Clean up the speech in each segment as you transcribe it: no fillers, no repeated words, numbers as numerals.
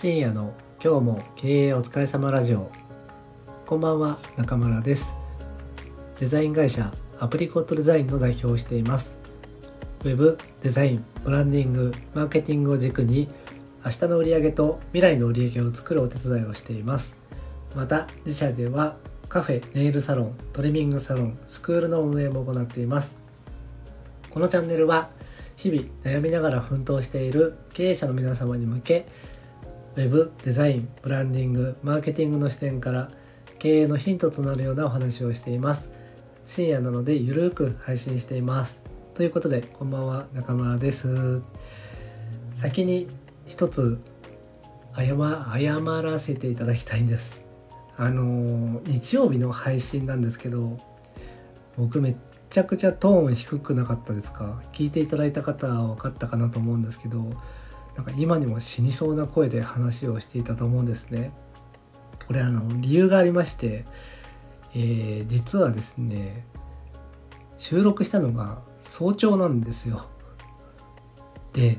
深夜の今日も経営お疲れ様ラジオ。こんばんは、中村です。デザイン会社アプリコットデザインの代表をしています。ウェブ、デザイン、ブランディング、マーケティングを軸に明日の売上と未来の売上を作るお手伝いをしています。また自社ではカフェ、ネイルサロン、トリミングサロン、スクールの運営も行っています。このチャンネルは日々悩みながら奮闘している経営者の皆様に向け、ウェブ、デザイン、ブランディング、マーケティングの視点から経営のヒントとなるようなお話をしています。深夜なのでゆるく配信しています。ということで、こんばんは、中村です。先に一つ謝らせていただきたいんです。日曜日の配信なんですけど、僕めっちゃくちゃトーン低くなかったですか？聞いていただいた方は分かったかなと思うんですけど、なんか今にも死にそうな声で話をしていたと思うんですね。これ理由がありまして、実はですね、収録したのが早朝なんですよ。で、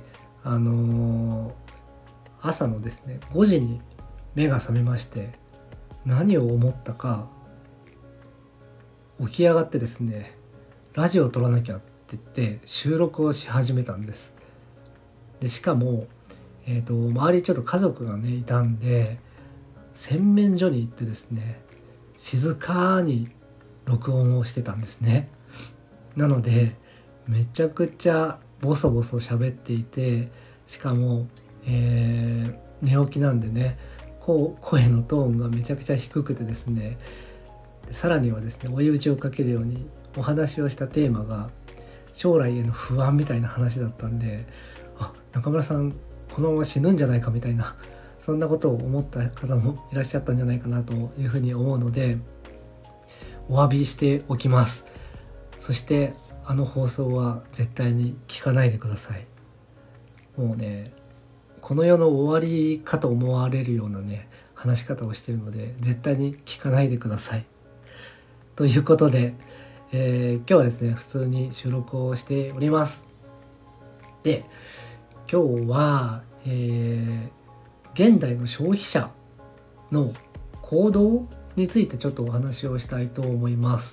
朝のですね5時に目が覚めまして、何を思ったか起き上がってですね、ラジオを撮らなきゃって言って収録をし始めたんです。でしかも、周りちょっと家族がねいたんで、洗面所に行ってですね、静かに録音をしてたんですね。なのでめちゃくちゃボソボソ喋っていて、しかも、寝起きなんでね、声のトーンがめちゃくちゃ低くてですね、さらにはですね、追い打ちをかけるようにお話をしたテーマが将来への不安みたいな話だったんで、中村さんこのまま死ぬんじゃないかみたいな、そんなことを思った方もいらっしゃったんじゃないかなというふうに思うので、お詫びしておきます。そして放送は絶対に聞かないでください。もうね、この世の終わりかと思われるようなね話し方をしているので、絶対に聞かないでください。ということで、今日はですね普通に収録をしております。で、今日は、現代の消費者の行動についてちょっとお話をしたいと思います。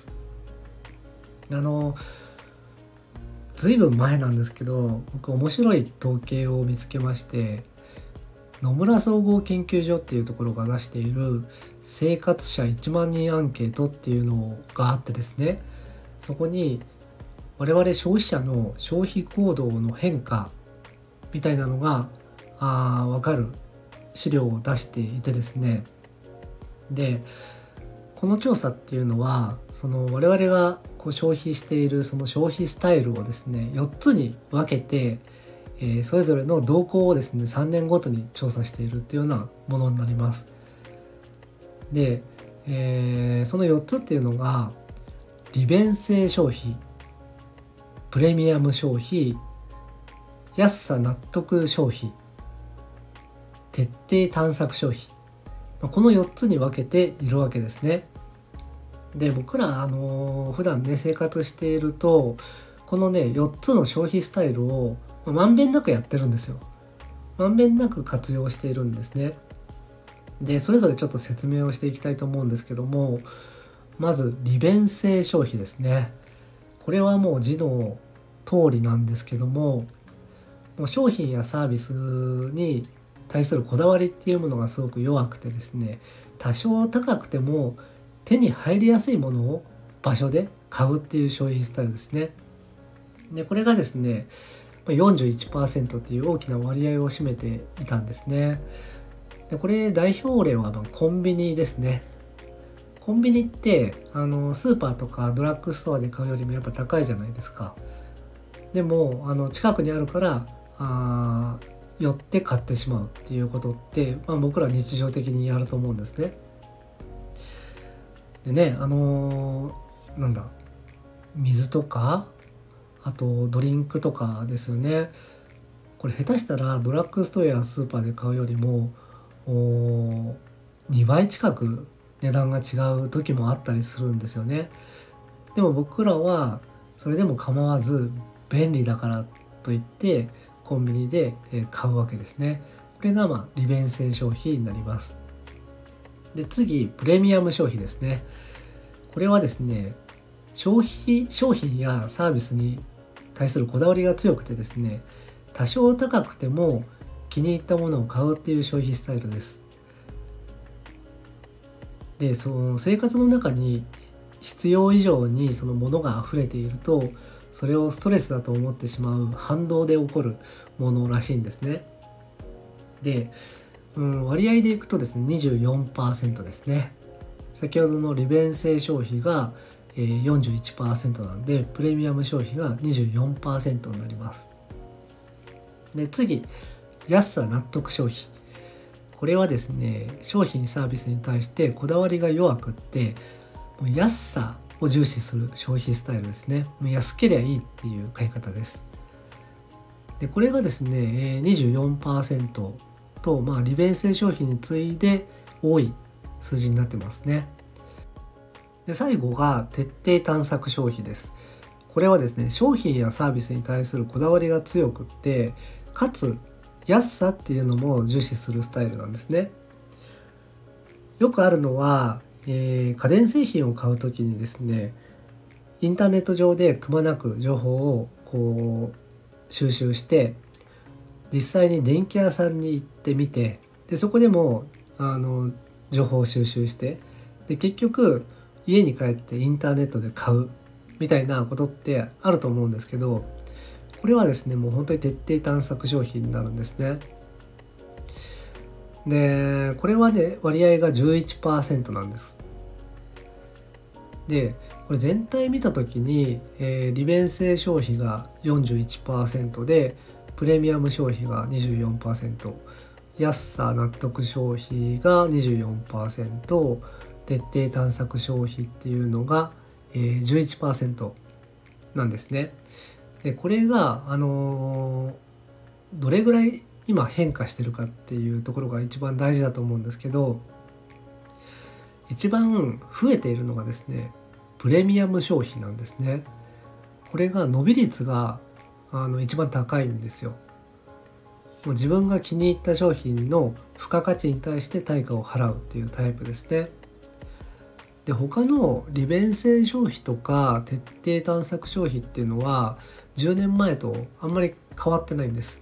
ずいぶん前なんですけど、僕面白い統計を見つけまして、野村総合研究所っていうところが出している生活者1万人アンケートっていうのがあってですね、そこに我々消費者の消費行動の変化みたいなのが分かる資料を出していてですね、でこの調査っていうのは、その我々が消費しているその消費スタイルをですね4つに分けて、それぞれの動向をですね3年ごとに調査しているっていうようなものになります。で、その4つっていうのが利便性消費、プレミアム消費、安さ納得消費、徹底探索消費、この4つに分けているわけですね。で、僕ら普段ね生活していると、このね4つの消費スタイルをまんべんなくやってるんですよ。まんべんなく活用しているんですね。で、それぞれちょっと説明をしていきたいと思うんですけども、まず利便性消費ですね。これはもう字の通りなんですけども、もう商品やサービスに対するこだわりっていうものがすごく弱くてですね、多少高くても手に入りやすいものを場所で買うっていう消費スタイルですね。で、これがですね 41% っていう大きな割合を占めていたんですね。で、これ代表例はコンビニですね。コンビニってスーパーとかドラッグストアで買うよりもやっぱ高いじゃないですか。でも近くにあるから寄って買ってしまうっていうことって、僕ら日常的にやると思うんですね。でね、水とか、あとドリンクとかですよね。これ下手したらドラッグストアやスーパーで買うよりも2倍近く値段が違う時もあったりするんですよね。でも僕らはそれでも構わず便利だからといってコンビニで買うわけですね。 これが利便性消費になります。で次、プレミアム消費ですね。これはですね、商品やサービスに対するこだわりが強くてですね、多少高くても気に入ったものを買うっていう消費スタイルです。で、その生活の中に必要以上にそのものが溢れていると、それをストレスだと思ってしまう反動で起こるものらしいんですね。で、割合でいくとですね 24% ですね。先ほどの利便性消費が 41% なんで、プレミアム消費が 24% になります。で次、安さ納得消費。これはですね、商品サービスに対してこだわりが弱くって、もう安さを重視する消費スタイルですね。もう安ければいいっていう買い方です。でこれがですね 24% と、利便性消費に次いで多い数字になってますね。で最後が徹底探索消費です。これはですね、商品やサービスに対するこだわりが強くって、かつ安さっていうのも重視するスタイルなんですね。よくあるのは、家電製品を買うときにですね、インターネット上でくまなく情報を収集して、実際に電気屋さんに行ってみて、でそこでも情報を収集して、で結局家に帰ってインターネットで買うみたいなことってあると思うんですけど、これはですね、もう本当に徹底探索商品になるんですね。でこれはね、割合が 11% なんです。でこれ全体見たときに、利便性消費が 41% で、プレミアム消費が 24%、 安さ納得消費が 24%、 徹底探索消費っていうのが、11% なんですね。でこれが、どれぐらい今変化してるかっていうところが一番大事だと思うんですけど、一番増えているのがですね、プレミアム消費なんですね。これが伸び率が一番高いんですよ。もう自分が気に入った商品の付加価値に対して対価を払うっていうタイプですね。で他の利便性消費とか徹底探索消費っていうのは10年前とあんまり変わってないんです。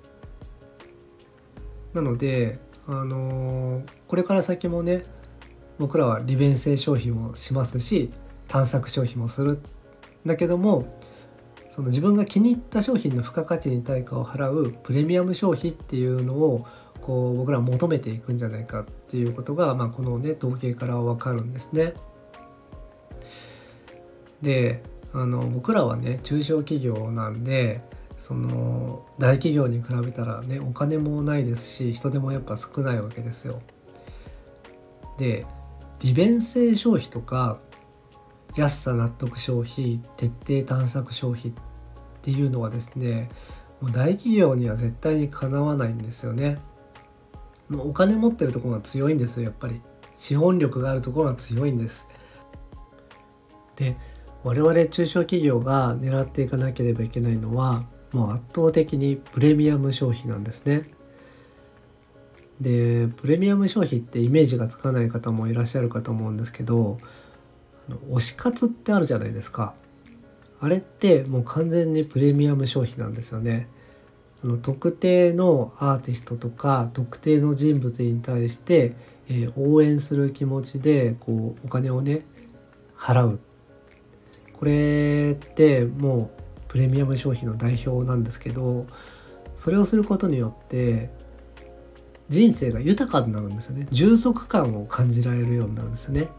なので、これから先もね、僕らは利便性消費もしますし、探索消費もするんだけども、その自分が気に入った商品の付加価値に対価を払うプレミアム消費っていうのを僕らは求めていくんじゃないかっていうことが、このね統計から分かるんですね。で僕らはね中小企業なんで、その大企業に比べたらねお金もないですし、人手もやっぱ少ないわけですよ。で利便性消費とか安さ納得消費、徹底探索消費っていうのはですね、もう大企業には絶対にかなわないんですよね。もうお金持ってるところが強いんですよ。やっぱり資本力があるところが強いんです。で我々中小企業が狙っていかなければいけないのは、もう圧倒的にプレミアム消費なんですね。でプレミアム消費ってイメージがつかない方もいらっしゃるかと思うんですけど、推し活ってあるじゃないですか。あれってもう完全にプレミアム消費なんですよね。特定のアーティストとか特定の人物に対して、応援する気持ちでお金をね払う。これってもうプレミアム消費の代表なんですけど、それをすることによって人生が豊かになるんですよね。充足感を感じられるようになるんですね。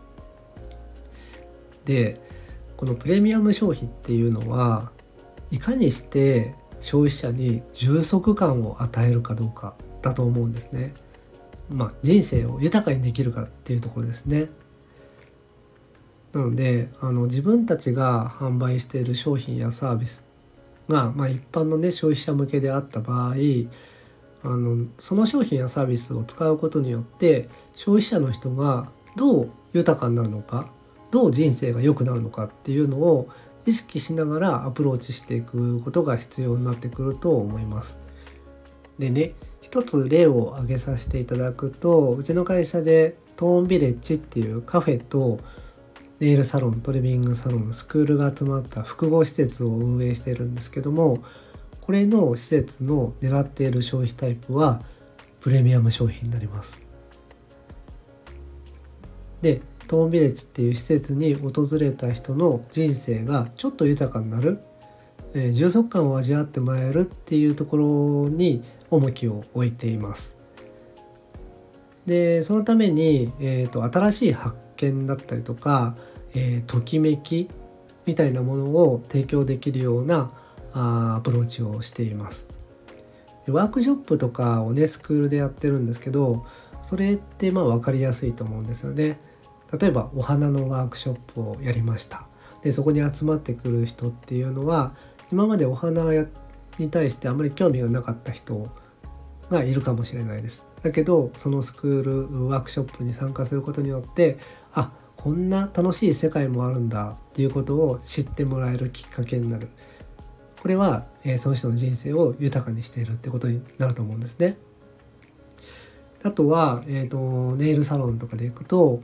でこのプレミアム消費っていうのはいかにして消費者に充足感を与えるかどうかだと思うんですね。人生を豊かにできるかっていうところですね。なので自分たちが販売している商品やサービスが、一般のね消費者向けであった場合、その商品やサービスを使うことによって消費者の人がどう豊かになるのか、どう人生が良くなるのかっていうのを意識しながらアプローチしていくことが必要になってくると思います。でね、 一つ例を挙げさせていただくと、うちの会社でトーンビレッジっていうカフェとネイルサロン、トリミングサロン、スクールが集まった複合施設を運営しているんですけども、これの施設の狙っている消費タイプはプレミアム商品になります。で、トーンビレッジっていう施設に訪れた人の人生がちょっと豊かになる、充足感を味わってもらえるっていうところに重きを置いています。で、そのために、新しい発見だったりとか、ときめきみたいなものを提供できるようなアプローチをしています。ワークショップとかをね、スクールでやってるんですけど、それって分かりやすいと思うんですよね。例えばお花のワークショップをやりました。で、そこに集まってくる人っていうのは、今までお花に対してあまり興味がなかった人がいるかもしれないです。だけど、そのスクールワークショップに参加することによって、こんな楽しい世界もあるんだっていうことを知ってもらえるきっかけになる。これは、その人の人生を豊かにしているってことになると思うんですね。あとは、ネイルサロンとかでいくと、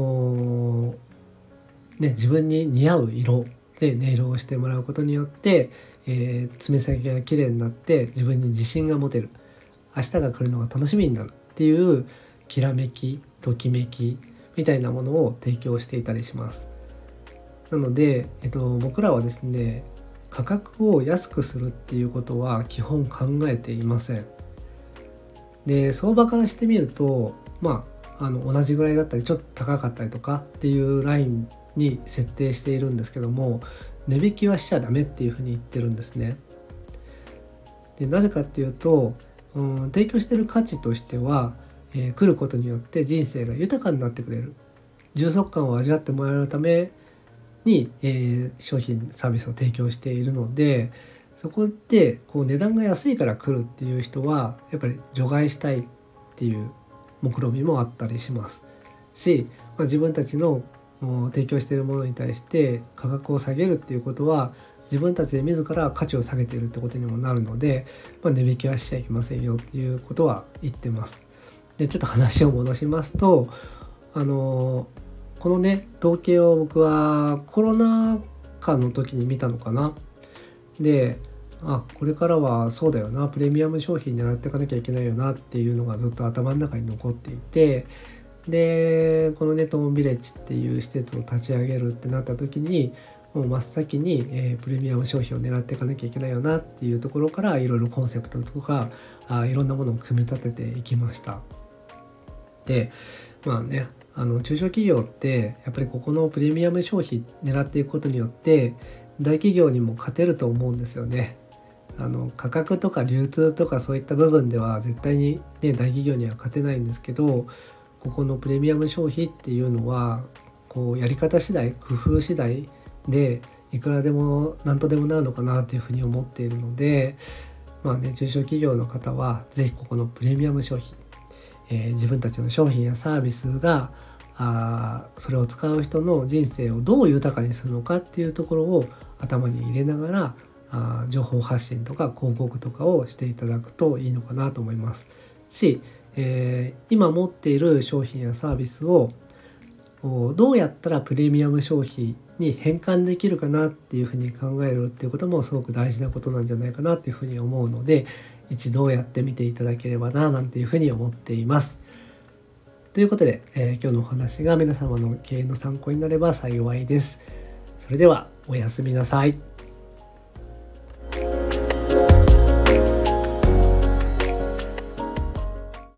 自分に似合う色でネイルをしてもらうことによって、爪先が綺麗になって自分に自信が持てる。明日が来るのが楽しみになるっていうきらめき、ときめきみたいなものを提供していたりします。なので、僕らはですね、価格を安くするっていうことは基本考えていません。で、相場からしてみると、同じぐらいだったりちょっと高かったりとかっていうラインに設定しているんですけども、値引きはしちゃダメっていうふうに言ってるんですね。で、なぜかっていうと、提供している価値としては、来ることによって人生が豊かになってくれる、充足感を味わってもらえるために、商品サービスを提供しているので、そこで値段が安いから来るっていう人はやっぱり除外したいっていう目論見もあったりしますし、自分たちの提供しているものに対して価格を下げるっていうことは、自分たちで自ら価値を下げているってことにもなるので、値引きはしちゃいけませんよっていうことは言ってます。で、ちょっと話を戻しますと、このね、統計を僕はコロナ禍の時に見たのかな。で、これからはそうだよな、プレミアム商品狙っていかなきゃいけないよなっていうのがずっと頭の中に残っていて、で、このね、トーンビレッジっていう施設を立ち上げるってなった時に、もう真っ先に、プレミアム商品を狙っていかなきゃいけないよなっていうところから、いろいろコンセプトとかいろんなものを組み立てていきました。で、中小企業ってやっぱりここのプレミアム商品狙っていくことによって大企業にも勝てると思うんですよね。価格とか流通とかそういった部分では絶対に、大企業には勝てないんですけど、ここのプレミアム消費っていうのはやり方次第、工夫次第でいくらでも何とでもなるのかなっていうふうに思っているので、中小企業の方はぜひここのプレミアム消費、自分たちの商品やサービスがそれを使う人の人生をどう豊かにするのかっていうところを頭に入れながら情報発信とか広告とかをしていただくといいのかなと思いますし、今持っている商品やサービスをどうやったらプレミアム消費に変換できるかなっていうふうに考えるっていうこともすごく大事なことなんじゃないかなっていうふうに思うので、一度やってみていただければななんていうふうに思っています。ということで、今日のお話が皆様の経営の参考になれば幸いです。それではおやすみなさい。